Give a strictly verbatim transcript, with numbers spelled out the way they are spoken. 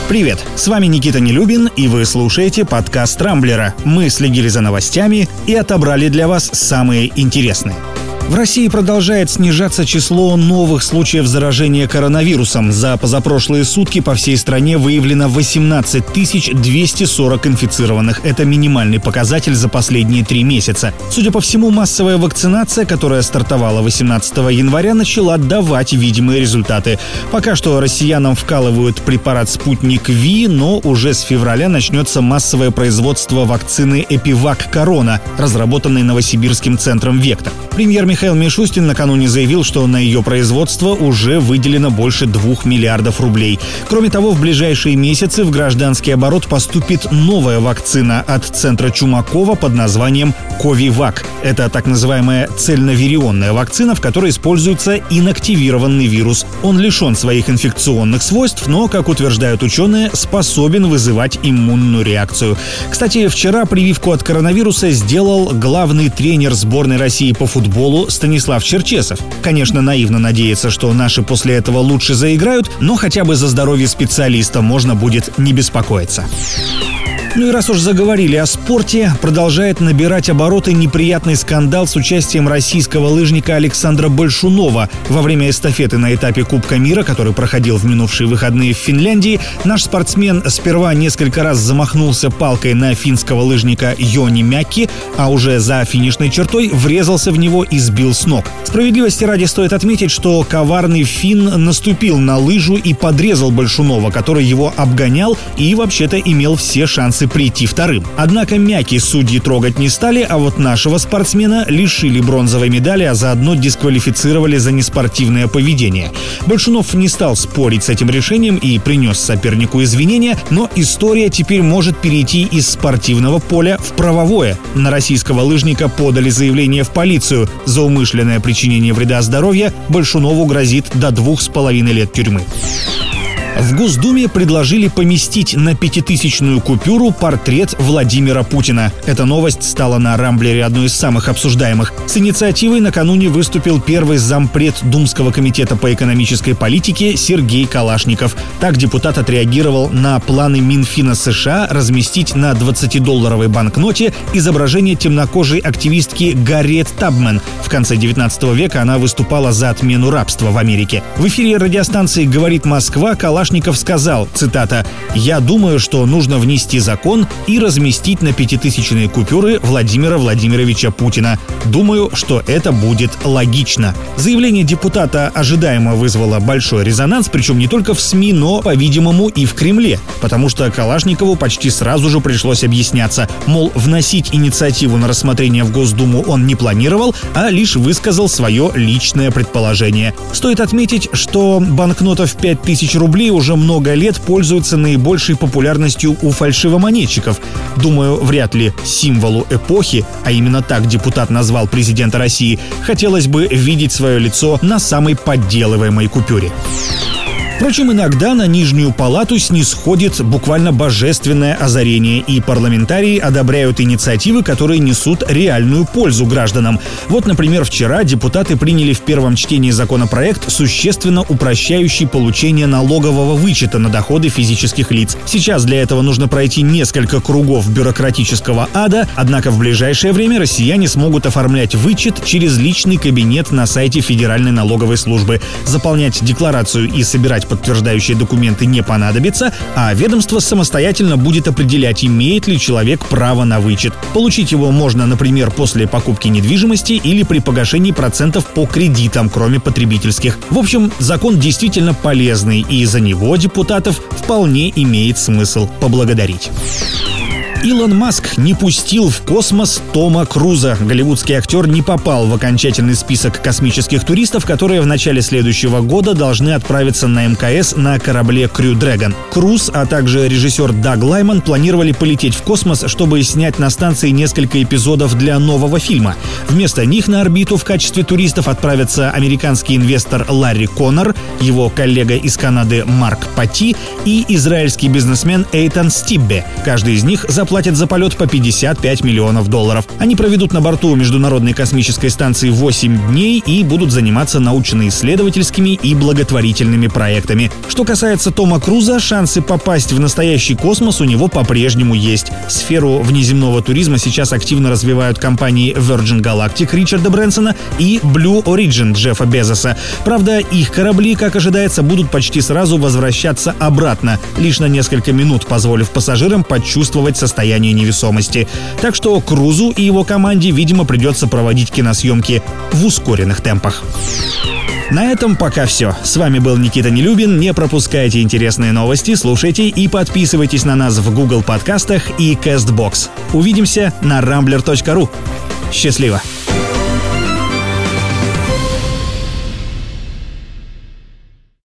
Привет, с вами Никита Нелюбин, и вы слушаете подкаст «Рамблера». Мы следили за новостями и отобрали для вас самые интересные. В России продолжает снижаться число новых случаев заражения коронавирусом. За позапрошлые сутки по всей стране выявлено восемнадцать тысяч двести сорок инфицированных. Это минимальный показатель за последние три месяца. Судя по всему, массовая вакцинация, которая стартовала восемнадцатого января, начала давать видимые результаты. Пока что россиянам вкалывают препарат «Спутник Ви», но уже с февраля начнется массовое производство вакцины «Эпивак Корона», разработанной Новосибирским центром «Вектор». Премьер Михаил Мишустин накануне заявил, что на ее производство уже выделено больше двух миллиардов рублей. Кроме того, в ближайшие месяцы в гражданский оборот поступит новая вакцина от центра Чумакова под названием «Ковивак». Это так называемая цельновирионная вакцина, в которой используется инактивированный вирус. Он лишен своих инфекционных свойств, но, как утверждают ученые, способен вызывать иммунную реакцию. Кстати, вчера прививку от коронавируса сделал главный тренер сборной России по футболу Станислав Черчесов. Конечно, наивно надеяться, что наши после этого лучше заиграют, но хотя бы за здоровье специалиста можно будет не беспокоиться. Ну и раз уж заговорили о спорте, продолжает набирать обороты неприятный скандал с участием российского лыжника Александра Большунова. Во время эстафеты на этапе Кубка мира, который проходил в минувшие выходные в Финляндии, наш спортсмен сперва несколько раз замахнулся палкой на финского лыжника Йони Мяки, а уже за финишной чертой врезался в него и сбил с ног. Справедливости ради стоит отметить, что коварный финн наступил на лыжу и подрезал Большунова, который его обгонял и вообще-то имел все шансы прийти вторым. Однако Мяки судьи трогать не стали, а вот нашего спортсмена лишили бронзовой медали, а заодно дисквалифицировали за неспортивное поведение. Большунов не стал спорить с этим решением и принес сопернику извинения, но история теперь может перейти из спортивного поля в правовое. На российского лыжника подали заявление в полицию. За умышленное причинение вреда здоровью Большунову грозит до двух с половиной лет тюрьмы. В Госдуме предложили поместить на пятитысячную купюру портрет Владимира Путина. Эта новость стала на Рамблере одной из самых обсуждаемых. С инициативой накануне выступил первый зампред Думского комитета по экономической политике Сергей Калашников. Так депутат отреагировал на планы Минфина США разместить на двадцатидолларовой банкноте изображение темнокожей активистки Гарриет Табман. В конце девятнадцатого века она выступала за отмену рабства в Америке. В эфире радиостанции «Говорит Москва» Калашников Калашников сказал, цитата, «Я думаю, что нужно внести закон и разместить на пятитысячные купюры Владимира Владимировича Путина. Думаю, что это будет логично». Заявление депутата ожидаемо вызвало большой резонанс, причем не только в СМИ, но, по-видимому, и в Кремле, потому что Калашникову почти сразу же пришлось объясняться, мол, вносить инициативу на рассмотрение в Госдуму он не планировал, а лишь высказал свое личное предположение. Стоит отметить, что банкнота в пять тысяч рублей уже много лет пользуется наибольшей популярностью у фальшивомонетчиков. Думаю, вряд ли символу эпохи, а именно так депутат назвал президента России, хотелось бы видеть свое лицо на самой подделываемой купюре. Впрочем, иногда на Нижнюю палату снисходит буквально божественное озарение, и парламентарии одобряют инициативы, которые несут реальную пользу гражданам. Вот, например, вчера депутаты приняли в первом чтении законопроект, существенно упрощающий получение налогового вычета на доходы физических лиц. Сейчас для этого нужно пройти несколько кругов бюрократического ада, однако в ближайшее время россияне смогут оформлять вычет через личный кабинет на сайте Федеральной налоговой службы. Заполнять декларацию и собирать подтверждающие документы не понадобится, а ведомство самостоятельно будет определять, имеет ли человек право на вычет. Получить его можно, например, после покупки недвижимости или при погашении процентов по кредитам, кроме потребительских. В общем, закон действительно полезный, и за него депутатов вполне имеет смысл поблагодарить. Илон Маск не пустил в космос Тома Круза. Голливудский актер не попал в окончательный список космических туристов, которые в начале следующего года должны отправиться на эм ка эс на корабле Crew Dragon. Круз, а также режиссер Даг Лайман планировали полететь в космос, чтобы снять на станции несколько эпизодов для нового фильма. Вместо них на орбиту в качестве туристов отправятся американский инвестор Ларри Коннор, его коллега из Канады Марк Пати и израильский бизнесмен Эйтан Стиббе. Каждый из них за заплатят за полет по пятьдесят пять миллионов долларов. Они проведут на борту Международной космической станции восемь дней и будут заниматься научно-исследовательскими и благотворительными проектами. Что касается Тома Круза, шансы попасть в настоящий космос у него по-прежнему есть. Сферу внеземного туризма сейчас активно развивают компании Virgin Galactic Ричарда Брэнсона и Blue Origin Джеффа Безоса. Правда, их корабли, как ожидается, будут почти сразу возвращаться обратно, лишь на несколько минут позволив пассажирам почувствовать состояние невесомости. Так что Крузу и его команде, видимо, придется проводить киносъемки в ускоренных темпах. На этом пока все. С вами был Никита Нелюбин. Не пропускайте интересные новости, слушайте и подписывайтесь на нас в Google подкастах и Castbox. Увидимся на рамблер точка ру. Счастливо!